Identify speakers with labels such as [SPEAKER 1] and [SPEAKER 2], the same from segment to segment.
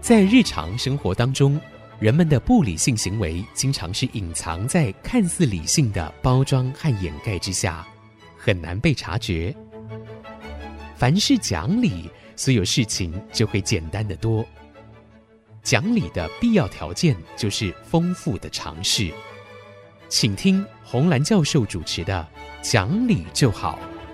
[SPEAKER 1] 在日常生活当中，人们的不理性行为经常是隐藏在看似理性的包装和掩盖之下，很难被察觉。凡事讲理，所有事情就会简单得多。讲理的必要条件就是丰富的常识。请听洪兰教授主持的《讲理就好》。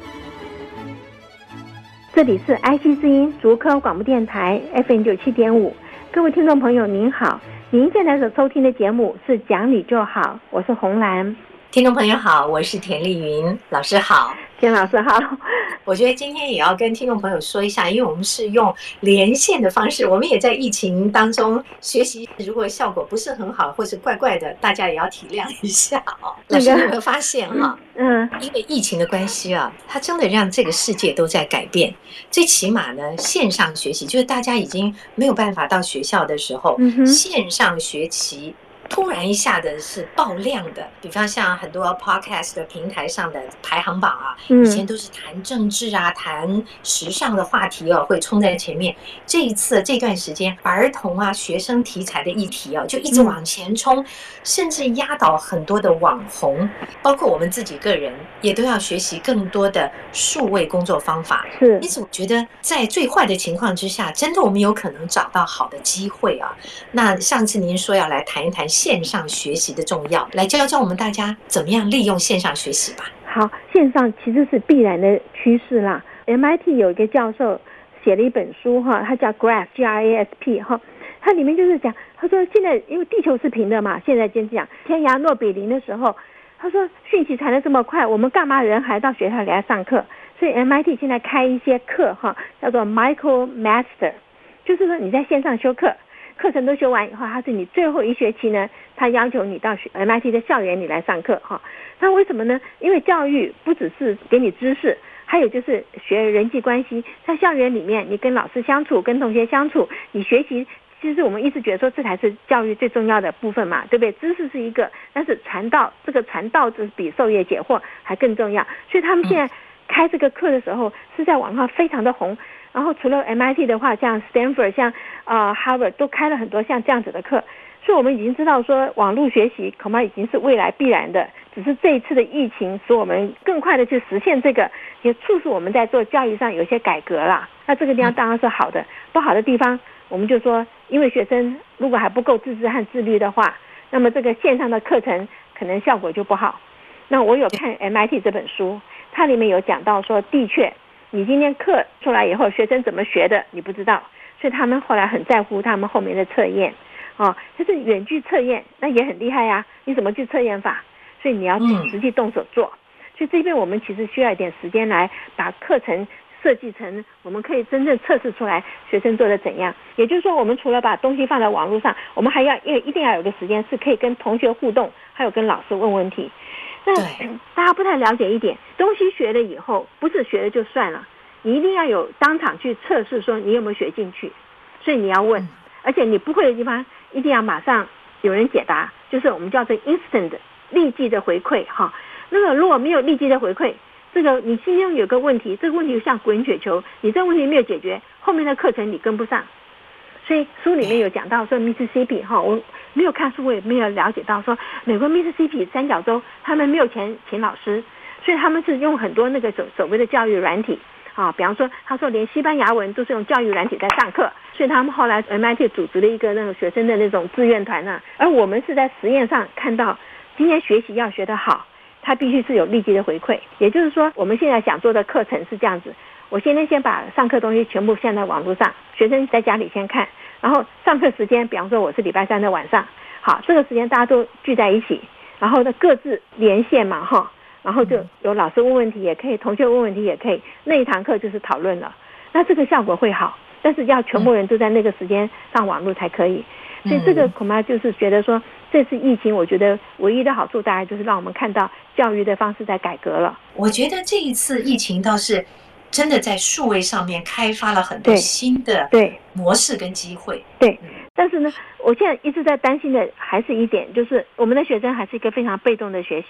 [SPEAKER 2] 这里是 IC 之音竹科广播电台 FM 97.5，各位听众朋友您好，您现在所收听的节目是讲理就好，我是洪兰。
[SPEAKER 3] 听众朋友好，我是田丽云老师好。
[SPEAKER 2] 田老师好。
[SPEAKER 3] 我觉得今天也要跟听众朋友说一下，因为我们是用连线的方式，我们也在疫情当中学习，如果效果不是很好或是怪怪的，大家也要体谅一下哦。老师，你有没有发现哈？因为疫情的关系啊，它真的让这个世界都在改变。最起码呢，线上学习就是大家已经没有办法到学校的时候，线上学习突然一下子是爆量的，比方像很多 podcast 的平台上的排行榜啊，以前都是谈政治啊、谈时尚的话题哦，会冲在前面。这一次这段时间，儿童啊、学生题材的议题哦，就一直往前冲，甚至压倒很多的网红，包括我们自己个人也都要学习更多的数位工作方法。
[SPEAKER 2] 是，
[SPEAKER 3] 因此我觉得在最坏的情况之下，真的我们有可能找到好的机会啊。那上次您说要来谈一谈线上学习的重要，来教教我们大家怎么样利用线上学习吧。
[SPEAKER 2] 好，线上其实是必然的趋势啦。MIT 有一个教授写了一本书哈，他叫 GRASP 哈，他里面就是讲，他说现在因为地球是平的嘛，现在先讲天涯若比邻的时候，他说讯息传得这么快，我们干嘛人还到学校里来上课？所以 MIT 现在开一些课哈，叫做 Micro Master， 就是说你在线上修课程都修完以后，它是你最后一学期呢，它要求你到MIT 的校园里来上课哈。那为什么呢？因为教育不只是给你知识，还有就是学人际关系。在校园里面，你跟老师相处，跟同学相处，你学习，其实我们一直觉得说这才是教育最重要的部分嘛，对不对？知识是一个，但是传道就是比授业解惑还更重要。所以他们现在开这个课的时候，是在网上非常的红。然后除了 MIT 的话，像 Stanford 像Harvard 都开了很多像这样子的课，所以我们已经知道说网络学习恐怕已经是未来必然的，只是这一次的疫情使我们更快的去实现这个，也促使我们在做教育上有一些改革啦。那这个地方当然是好的，不好的地方我们就说，因为学生如果还不够自制和自律的话，那么这个线上的课程可能效果就不好。那我有看 MIT 这本书，它里面有讲到说，的确你今天课出来以后，学生怎么学的你不知道，所以他们后来很在乎他们后面的测验就是远距测验，那也很厉害呀，你怎么去测验法？所以你要实际动手做。所以这边我们其实需要一点时间来把课程设计成我们可以真正测试出来学生做的怎样。也就是说，我们除了把东西放在网络上，我们还要一定要有个时间是可以跟同学互动，还有跟老师问问题。那大家不太了解一点，东西学了以后不是学了就算了，你一定要有当场去测试说你有没有学进去，所以你要问，而且你不会的地方一定要马上有人解答，就是我们叫做 instant 立即的回馈哈。那个如果没有立即的回馈，这个你心中有个问题，这个问题像滚雪球，你这个问题没有解决，后面的课程你跟不上。所以书里面有讲到说 Mississippi 我没有看书，我也没有了解到说美国 Mississippi 三角洲他们没有钱请老师，所以他们是用很多那个所谓的教育软体比方说他说连西班牙文都是用教育软体在上课，所以他们后来 MIT 组织了一个那种学生的那种志愿团而我们是在实验上看到今天学习要学得好，它必须是有立即的回馈。也就是说我们现在想做的课程是这样子，我先把上课东西全部下在网络上，学生在家里先看，然后上课时间比方说我是礼拜三的晚上，好，这个时间大家都聚在一起，然后呢各自连线嘛然后就有老师问问题也可以，同学问问题也可以，那一堂课就是讨论了，那这个效果会好，但是要全部人都在那个时间上网络才可以。所以这个恐怕就是觉得说这次疫情我觉得唯一的好处大概就是让我们看到教育的方式在改革了。
[SPEAKER 3] 我觉得这一次疫情倒是真的在数位上面开发了很多新的模式跟机会。
[SPEAKER 2] 对，但是呢我现在一直在担心的还是一点，就是我们的学生还是一个非常被动的学习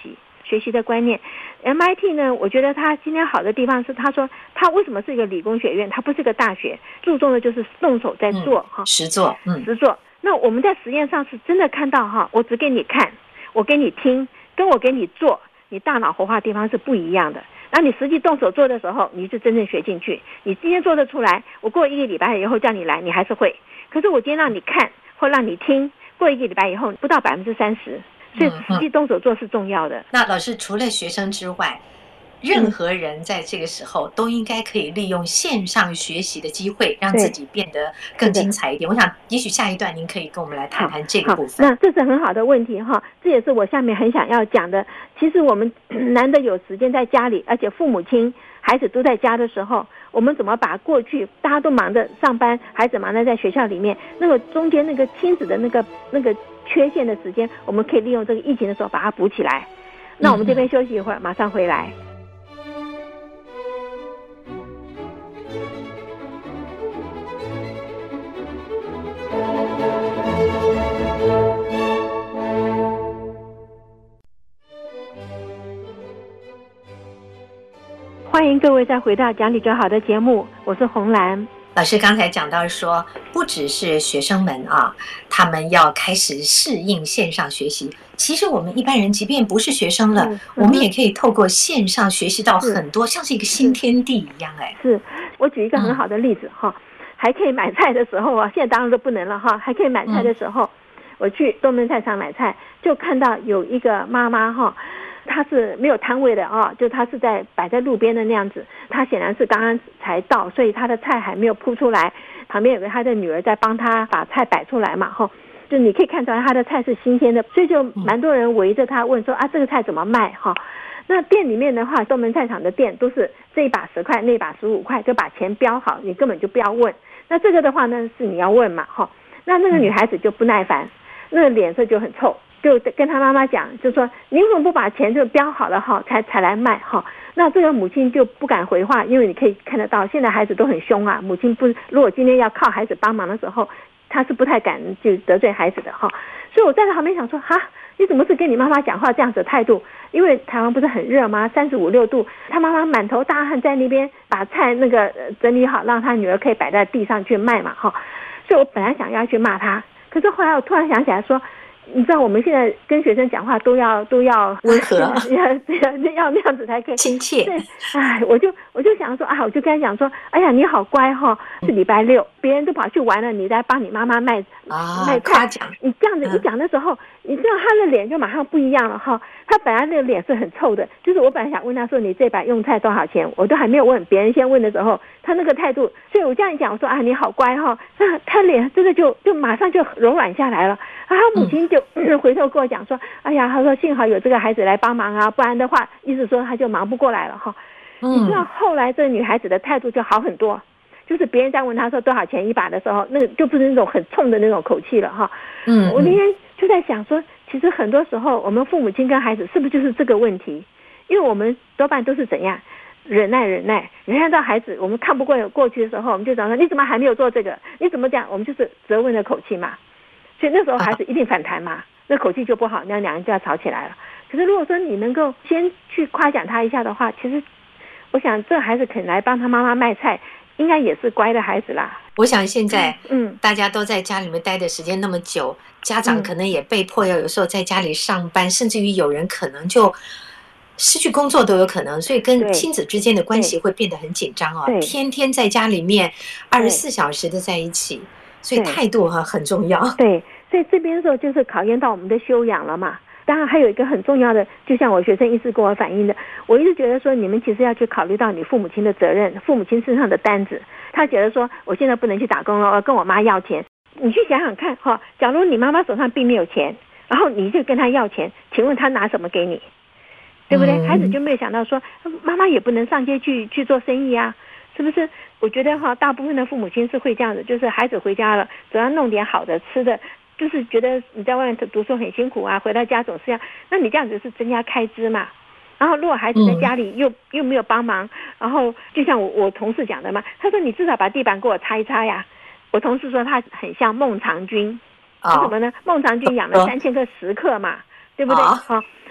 [SPEAKER 2] 学习的观念。MIT 呢，我觉得他今天好的地方是，他说他为什么是一个理工学院，他不是个大学，注重的就是动手在做
[SPEAKER 3] 实做，
[SPEAKER 2] 实做。那我们在实验上是真的看到我只给你看，我给你听，跟我给你做，你大脑活化的地方是不一样的。然后你实际动手做的时候，你是真正学进去。你今天做得出来，我过1个礼拜以后叫你来，你还是会。可是我今天让你看或让你听，过1个礼拜以后不到30%，所以实际动手做是重要的。
[SPEAKER 3] 那老师除了学生之外，任何人在这个时候都应该可以利用线上学习的机会，让自己变得更精彩一点。我想也许下一段您可以跟我们来谈谈这个部分。
[SPEAKER 2] 那这是很好的问题这也是我下面很想要讲的。其实我们难得有时间在家里，而且父母亲孩子都在家的时候，我们怎么把过去大家都忙着上班，孩子忙着在学校里面，那个中间那个亲子的那个缺陷的时间，我们可以利用这个疫情的时候把它补起来。那我们这边休息一会儿，马上回来。欢迎各位再回到讲理就好的节目，我是洪兰。
[SPEAKER 3] 老师刚才讲到说，不只是学生们他们要开始适应线上学习，其实我们一般人即便不是学生了，我们也可以透过线上学习到很多，像是一个新天地一样。
[SPEAKER 2] 是我举一个很好的例子还可以买菜的时候现在当然都不能了还可以买菜的时候，我去东门菜场买菜，就看到有一个妈妈他是没有摊位的就他是摆在路边的那样子，他显然是刚刚才到，所以他的菜还没有铺出来，旁边有个他的女儿在帮他把菜摆出来嘛就你可以看出来他的菜是新鲜的，所以就蛮多人围着他问说这个菜怎么卖那店里面的话，东门菜场的店都是这一把10块，那一把15块，就把钱标好，你根本就不要问。那这个的话呢，是你要问嘛那个女孩子就不耐烦，那个脸色就很臭，就跟他妈妈讲，就说你为什么不把钱就标好了才来卖那这个母亲就不敢回话，因为你可以看得到现在孩子都很凶母亲不，如果今天要靠孩子帮忙的时候，他是不太敢就得罪孩子的所以我在他旁边想说你怎么是跟你妈妈讲话这样子的态度？因为台湾不是很热吗？35、6度，他妈妈满头大汗在那边把菜那个整理好，让他女儿可以摆在地上去卖嘛所以我本来想要去骂他，可是后来我突然想起来说，你知道我们现在跟学生讲话都要
[SPEAKER 3] 温和，
[SPEAKER 2] 要那样子才可以
[SPEAKER 3] 亲切。
[SPEAKER 2] 对，我就想说我就跟他讲说，哎呀，你好乖是礼拜6，别人都跑去玩了，你在帮你妈妈卖菜，你这样子一讲的时候，你知道他的脸就马上不一样了他本来那个脸是很臭的，就是我本来想问他说你这把用菜多少钱，我都还没有问，别人先问的时候，他那个态度，所以我这样一讲，我说你好乖那他脸真的就马上就柔软下来了。他母亲就回头跟我讲说，哎呀，他说幸好有这个孩子来帮忙不然的话，意思说他就忙不过来了你知道后来这个女孩子的态度就好很多，就是别人在问他说多少钱一把的时候，那个就不是那种很冲的那种口气了我那天就在想说，其实很多时候我们父母亲跟孩子是不是就是这个问题？因为我们多半都是怎样忍耐到孩子我们看不过去的时候，我们就讲说你怎么还没有做这个，你怎么讲，我们就是责问的口气嘛，所以那时候孩子一定反弹嘛，那口气就不好，那两人就要吵起来了。可是如果说你能够先去夸奖他一下的话，其实我想这孩子肯来帮他妈妈卖菜，应该也是乖的孩子啦。
[SPEAKER 3] 我想现在大家都在家里面待的时间那么久，家长可能也被迫要有时候在家里上班，甚至于有人可能就失去工作都有可能，所以跟亲子之间的关系会变得很紧张天天在家里面24小时的在一起，所以态度很重要。
[SPEAKER 2] 对，所以这边的时候就是考验到我们的修养了嘛。当然还有一个很重要的，就像我学生一直跟我反映的，我一直觉得说你们其实要去考虑到你父母亲的责任，父母亲身上的担子。他觉得说我现在不能去打工了，我要跟我妈要钱。你去想想看假如你妈妈手上并没有钱，然后你就跟她要钱，请问她拿什么给你？对不对？孩子就没有想到说妈妈也不能上街去做生意是不是？我觉得大部分的父母亲是会这样子，就是孩子回家了总要弄点好的吃的，就是觉得你在外面读书很辛苦回到家总是要，那你这样子是增加开支嘛。然后如果孩子在家里又没有帮忙，然后就像我同事讲的嘛，他说你至少把地板给我擦一擦呀。我同事说他很像孟尝君，为什么呢？孟尝君养了3000个食客嘛，对不对？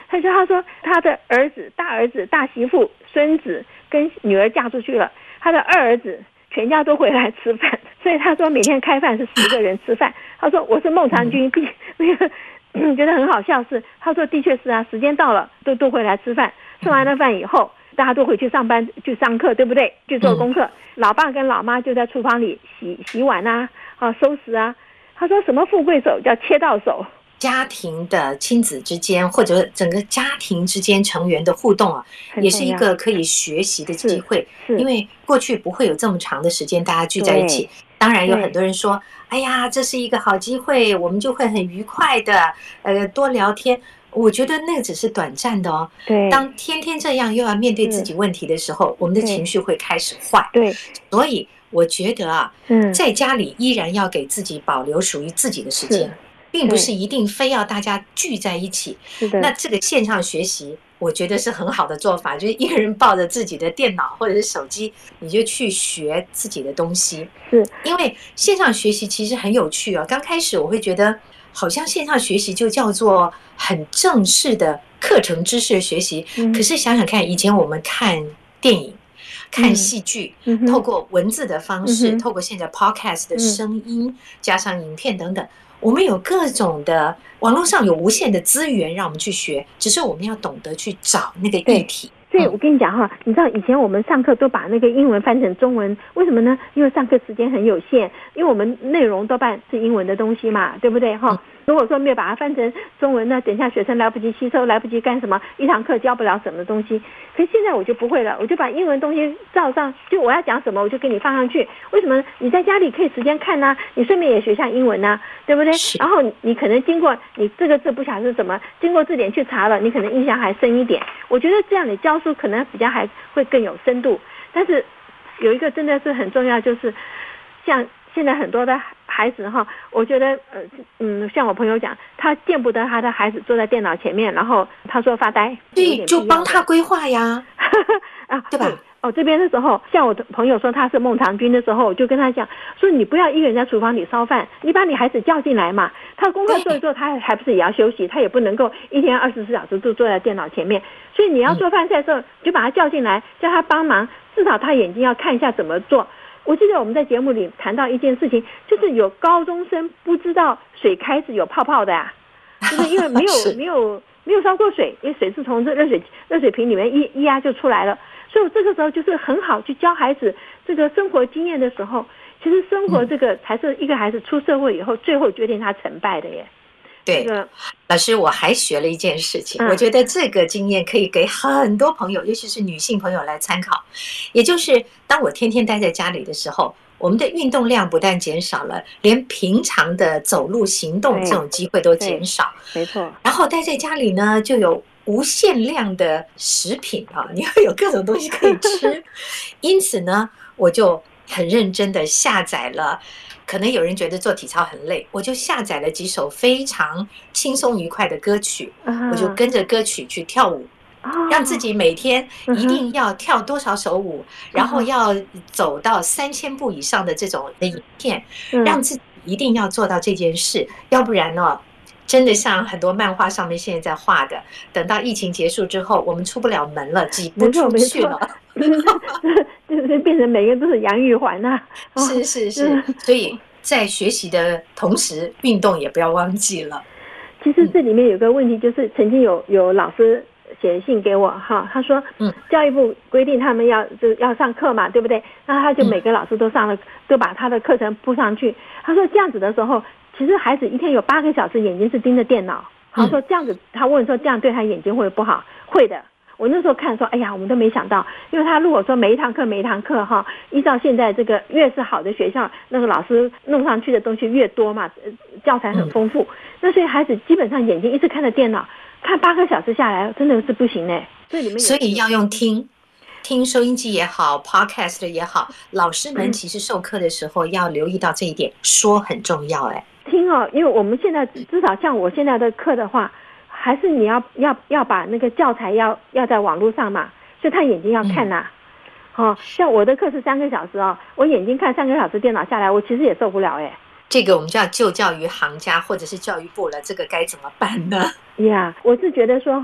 [SPEAKER 2] 他说他的儿子、大儿子、大媳妇、孙子跟女儿嫁出去了，他的二儿子全家都回来吃饭，所以他说每天开饭是10个人吃饭。他说我是孟尝君，那个觉得很好笑是，他说的确是啊，时间到了都回来吃饭，吃完了饭以后大家都回去上班去上课，对不对？去做功课，老爸跟老妈就在厨房里洗碗啊，收拾啊。他说什么富贵手叫切到手。
[SPEAKER 3] 家庭的亲子之间，或者整个家庭之间成员的互动啊，也是一个可以学习的机会。因为过去不会有这么长的时间大家聚在一起。当然有很多人说，哎呀，这是一个好机会，我们就会很愉快的多聊天。我觉得那个只是短暂的哦。
[SPEAKER 2] 对，
[SPEAKER 3] 当天天这样又要面对自己问题的时候，我们的情绪会开始坏。
[SPEAKER 2] 对，
[SPEAKER 3] 所以我觉得啊，在家里依然要给自己保留属于自己的时间。并不是一定非要大家聚在一起。那这个线上学习我觉得是很好的做法，就是一个人抱着自己的电脑或者是手机，你就去学自己的东西。因为线上学习其实很有趣啊。刚开始我会觉得好像线上学习就叫做很正式的课程知识的学习，可是想想看，以前我们看电影看戏剧，透过文字的方式，透过现在 podcast 的声音，加上影片等等，我们有各种的网络上有无限的资源让我们去学，只是我们要懂得去找那个议题。
[SPEAKER 2] 所以我跟你讲哈，你知道以前我们上课都把那个英文翻成中文，为什么呢？因为上课时间很有限，因为我们内容多半是英文的东西嘛，对不对哈？如果说没有把它翻成中文呢，等一下学生来不及吸收，来不及干什么，一堂课教不了什么东西。可是现在我就不会了，我就把英文东西照上，就我要讲什么我就给你放上去。为什么？你在家里可以时间看啊，你顺便也学下英文啊，对不对？然后你可能经过你这个字不晓得是什么，经过字典去查了，你可能印象还深一点。我觉得这样你教书可能比较还会更有深度。但是有一个真的是很重要，就是像现在很多的孩子哈，我觉得像我朋友讲，他见不得他的孩子坐在电脑前面，然后他说发呆，
[SPEAKER 3] 对，就帮他规划呀，对吧？
[SPEAKER 2] 这边的时候，像我的朋友说他是孟尝君的时候，我就跟他讲说，你不要一个人在厨房里烧饭，你把你孩子叫进来嘛，他功课做一做，他还不是也要休息，他也不能够一天24小时都坐在电脑前面，所以你要做饭菜的时候，就把他叫进来，叫他帮忙，至少他眼睛要看一下怎么做。我记得我们在节目里谈到一件事情，就是有高中生不知道水开始有泡泡的呀，就是因为没有烧过水，因为水是从这热水瓶里面一压就出来了。所以这个时候就是很好去教孩子这个生活经验的时候，其实生活这个才是一个孩子出社会以后最后决定他成败的耶。
[SPEAKER 3] 对，老师，我还学了一件事情，我觉得这个经验可以给很多朋友，尤其是女性朋友来参考。也就是当我天天待在家里的时候，我们的运动量不但减少了，连平常的走路行动这种机会都减少。
[SPEAKER 2] 没错。然
[SPEAKER 3] 后待在家里呢，就有无限量的食品啊，你会有各种东西可以吃。因此呢，我就很认真的下载了。可能有人觉得做体操很累，我就下载了几首非常轻松愉快的歌曲，我就跟着歌曲去跳舞，让自己每天一定要跳多少首舞，然后要走到3000步以上的这种的影片，让自己一定要做到这件事，要不然呢，真的像很多漫画上面现在在画的，等到疫情结束之后，我们出不了门了，挤不出去了，
[SPEAKER 2] 就是变成每个人都是杨玉环呐。
[SPEAKER 3] 是，所以在学习的同时，运动也不要忘记了。
[SPEAKER 2] 其实这里面有个问题，就是曾经有老师写信给我哈，他说，教育部规定他们要上课嘛，对不对？那他就每个老师都上了，都把他的课程铺上去。他说这样子的时候，其实孩子一天有8个小时眼睛是盯着电脑。他说这样子，他问说这样对他眼睛会不好？会的。我那时候看说，哎呀，我们都没想到，因为他如果说每一堂课哈，依照现在这个越是好的学校，那个老师弄上去的东西越多嘛，教材很丰富，那所以孩子基本上眼睛一直看着电脑，看8个小时下来真的是不行哎。
[SPEAKER 3] 所以要用听收音机也好 ，podcast 也好，老师们其实授课的时候要留意到这一点，说很重要哎。
[SPEAKER 2] 听哦，因为我们现在至少像我现在的课的话，还是你要把那个教材要在网络上嘛，所以他眼睛要看呐。像我的课是3个小时哦，我眼睛看3个小时电脑下来，我其实也受不了哎。
[SPEAKER 3] 这个我们就要就教育行家或者是教育部了，这个该怎么办呢？
[SPEAKER 2] 呀，我是觉得说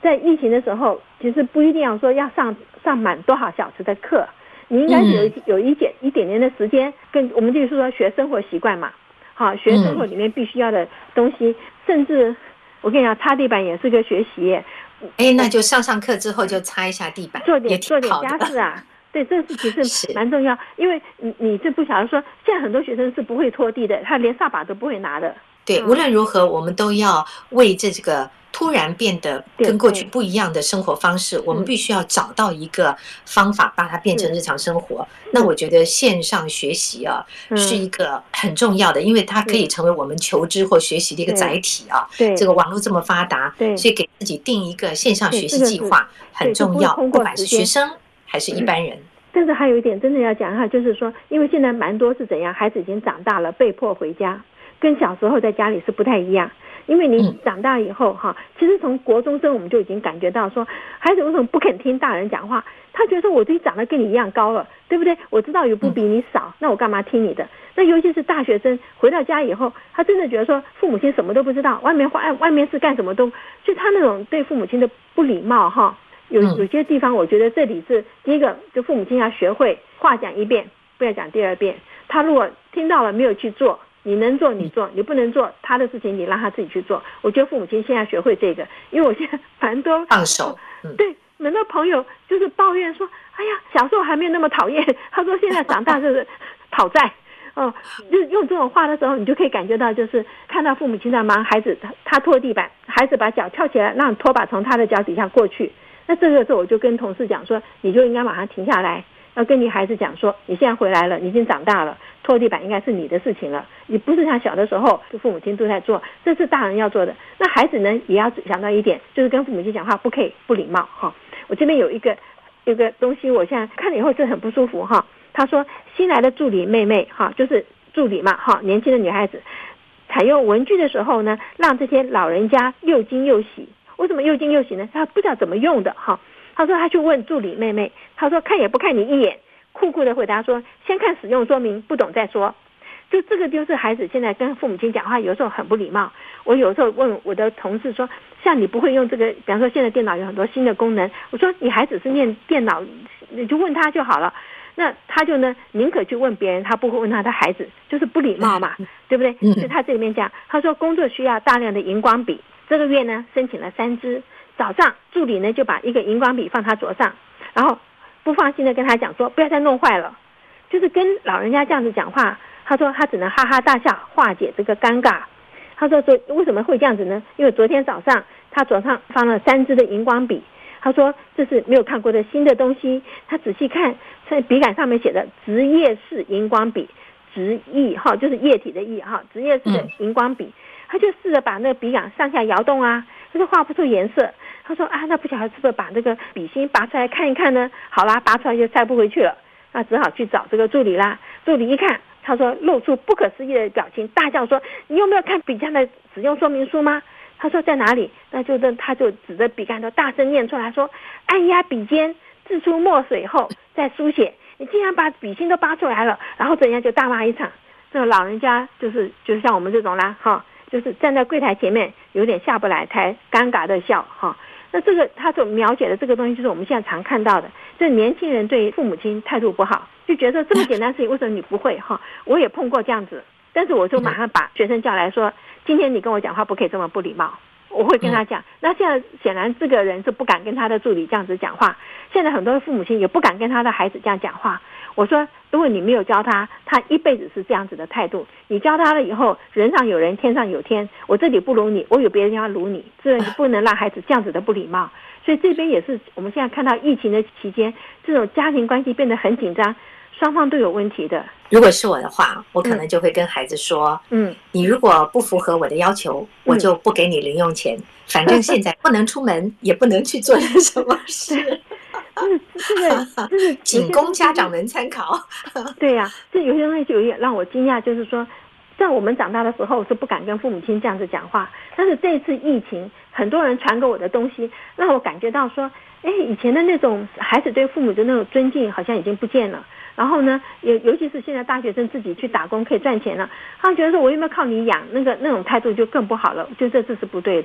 [SPEAKER 2] 在疫情的时候，其实不一定要说要上满多少小时的课，你应该有一点点的时间，跟我们就是说学生活习惯嘛，好，学生活里面必须要的东西，甚至我跟你讲，擦地板也是个学习耶。
[SPEAKER 3] 那就上课之后就擦一下地板，做点
[SPEAKER 2] 家事啊。对，这是其实蛮重要，因为你这不晓得说，现在很多学生是不会拖地的，他连扫把都不会拿的。
[SPEAKER 3] 对，无论如何，我们都要为这个突然变得跟过去不一样的生活方式，我们必须要找到一个方法，把它变成日常生活。那我觉得线上学习啊，是一个很重要的，因为它可以成为我们求知或学习的一个载体啊。
[SPEAKER 2] 对，
[SPEAKER 3] 这个网络这么发达，所以给自己定一个线上学习计划很重要，不管是学生还是一般人。
[SPEAKER 2] 但是还有一点真的要讲哈，就是说，因为现在蛮多是怎样，孩子已经长大了，被迫回家，跟小时候在家里是不太一样。因为你长大以后哈，其实从国中生我们就已经感觉到说，孩子为什么不肯听大人讲话？他觉得说我自己长得跟你一样高了，对不对？我知道有不比你少，那我干嘛听你的？那尤其是大学生回到家以后，他真的觉得说父母亲什么都不知道，外面是干什么都，就他那种对父母亲的不礼貌哈。有些地方我觉得这里是第一个，就父母亲要学会话讲一遍不要讲第二遍，他如果听到了没有去做，你能做你做，你不能做他的事情你让他自己去做。我觉得父母亲现在学会这个，因为我现在蛮多
[SPEAKER 3] 放手，
[SPEAKER 2] 对，蛮多朋友就是抱怨说，哎呀小时候还没有那么讨厌，他说现在长大就是讨债就是用这种话的时候，你就可以感觉到，就是看到父母亲在忙孩子，他拖地板，孩子把脚跳起来，让拖把从他的脚底下过去。那这个时候我就跟同事讲说，你就应该马上停下来，要跟你孩子讲说，你现在回来了，你已经长大了，拖地板应该是你的事情了，你不是像小的时候就父母亲都在做，这是大人要做的。那孩子呢也要想到一点，就是跟父母亲讲话不可以不礼貌哈。我这边有一个东西，我现在看了以后是很不舒服哈。他说新来的助理妹妹哈，就是助理嘛哈，年轻的女孩子采用文具的时候呢，让这些老人家又惊又喜。为什么又惊又喜呢？他不知道怎么用的哈。他说他去问助理妹妹，他说看也不看你一眼，酷酷的回答说先看使用说明，不懂再说。就这个就是孩子现在跟父母亲讲话有时候很不礼貌。我有时候问我的同事说，像你不会用这个，比方说现在电脑有很多新的功能，我说你孩子是念电脑，你就问他就好了。那他就呢宁可去问别人，他不会问他的孩子，就是不礼貌嘛，对不对？所以他这里面讲，他说工作需要大量的荧光笔，这个月呢申请了3支。早上助理呢就把一个荧光笔放他桌上，然后不放心的跟他讲说不要再弄坏了，就是跟老人家这样子讲话。他说他只能哈哈大笑化解这个尴尬。他说为什么会这样子呢？因为昨天早上他桌上放了3支的荧光笔，他说这是没有看过的新的东西。他仔细看，在笔杆上面写的职业式荧光笔，直液哈就是液体的液哈，职业式的荧光笔。他就试着把那个笔杆上下摇动啊，他就画不出颜色。他说啊，那不晓得是不是把这个笔芯拔出来看一看呢？好啦，拔出来就塞不回去了，那只好去找这个助理啦。助理一看，他说露出不可思议的表情，大叫说：“你有没有看笔架的使用说明书吗？”他说在哪里？他就指着笔杆头大声念出来说：“按压笔尖，置出墨水后再书写。你竟然把笔芯都拔出来了！”然后怎样就大骂一场。这个老人家就是像我们这种啦哈。就是站在柜台前面有点下不来台，尴尬的笑哈。那这个他所描写的这个东西，就是我们现在常看到的，就是年轻人对父母亲态度不好，就觉得这么简单的事情为什么你不会哈？我也碰过这样子，但是我就马上把学生叫来说，今天你跟我讲话不可以这么不礼貌。我会跟他讲。那现在显然这个人是不敢跟他的助理这样子讲话，现在很多父母亲也不敢跟他的孩子这样讲话。我说如果你没有教他，他一辈子是这样子的态度，你教他了以后，人上有人天上有天，我这里不如你，我有别人要如你，这你不能让孩子这样子的不礼貌。所以这边也是我们现在看到疫情的期间，这种家庭关系变得很紧张，双方都有问题的。
[SPEAKER 3] 如果是我的话，我可能就会跟孩子说，你如果不符合我的要求，我就不给你零用钱，反正现在不能出门，也不能去做点什么事。这个仅供家长们参考。
[SPEAKER 2] 对呀，这有些东西就有让我惊讶，就是说在我们长大的时候是不敢跟父母亲这样子讲话，但是这次疫情，很多人传给我的东西让我感觉到说，以前的那种孩子对父母的那种尊敬好像已经不见了。然后呢，尤其是现在大学生自己去打工可以赚钱了，他觉得说我有没有靠你养，那种态度就更不好了，就这是不对的。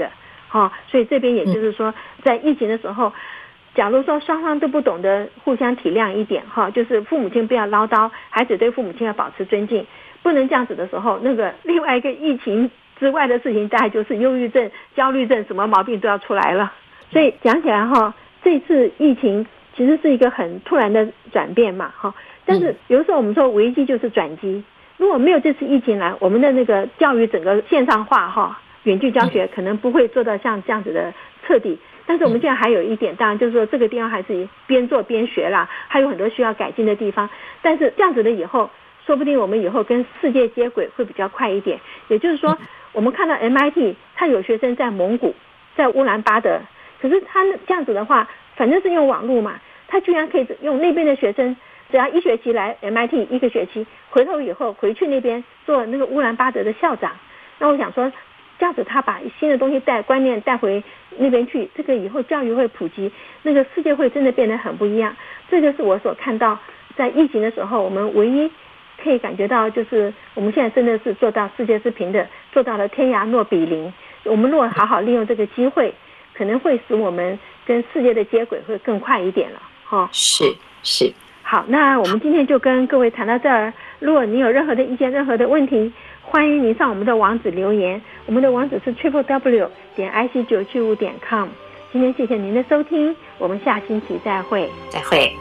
[SPEAKER 2] 所以这边也就是说，在疫情的时候，假如说双方都不懂得互相体谅一点就是父母亲不要唠叨，孩子对父母亲要保持尊敬，不能这样子的时候，那个另外一个疫情之外的事情，大概就是忧郁症、焦虑症，什么毛病都要出来了。所以讲起来这次疫情其实是一个很突然的转变嘛但是有时候我们说危机就是转机，如果没有这次疫情来，我们的那个教育整个线上化远距教学可能不会做到像这样子的彻底。但是我们现在还有一点，当然就是说这个地方还是边做边学啦，还有很多需要改进的地方。但是这样子的以后，说不定我们以后跟世界接轨会比较快一点。也就是说，我们看到 MIT 它有学生在蒙古、在乌兰巴德，可是他这样子的话，反正是用网络嘛，他居然可以用那边的学生，只要一学期来 MIT 一个学期，回头以后回去那边做那个乌兰巴德的校长。那我想说，这样子他把新的东西观念带回那边去，这个以后教育会普及，那个世界会真的变得很不一样。这个是我所看到在疫情的时候，我们唯一可以感觉到，就是我们现在真的是做到世界是平的，做到了天涯若比邻。我们如果好好利用这个机会，可能会使我们跟世界的接轨会更快一点了
[SPEAKER 3] 是
[SPEAKER 2] 好，那我们今天就跟各位谈到这儿。如果你有任何的意见、任何的问题，欢迎您上我们的网址留言，我们的网址是 www.ic975.com。今天谢谢您的收听，我们下星期再会。
[SPEAKER 3] 再会。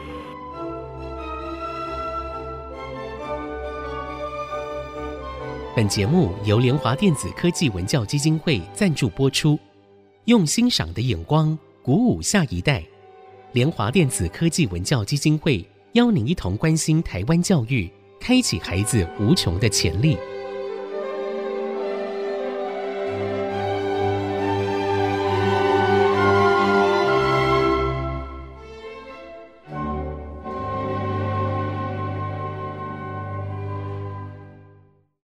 [SPEAKER 1] 本节目由联华电子科技文教基金会赞助播出，用欣赏的眼光鼓舞下一代。联华电子科技文教基金会邀您一同关心台湾教育，开启孩子无穷的潜力。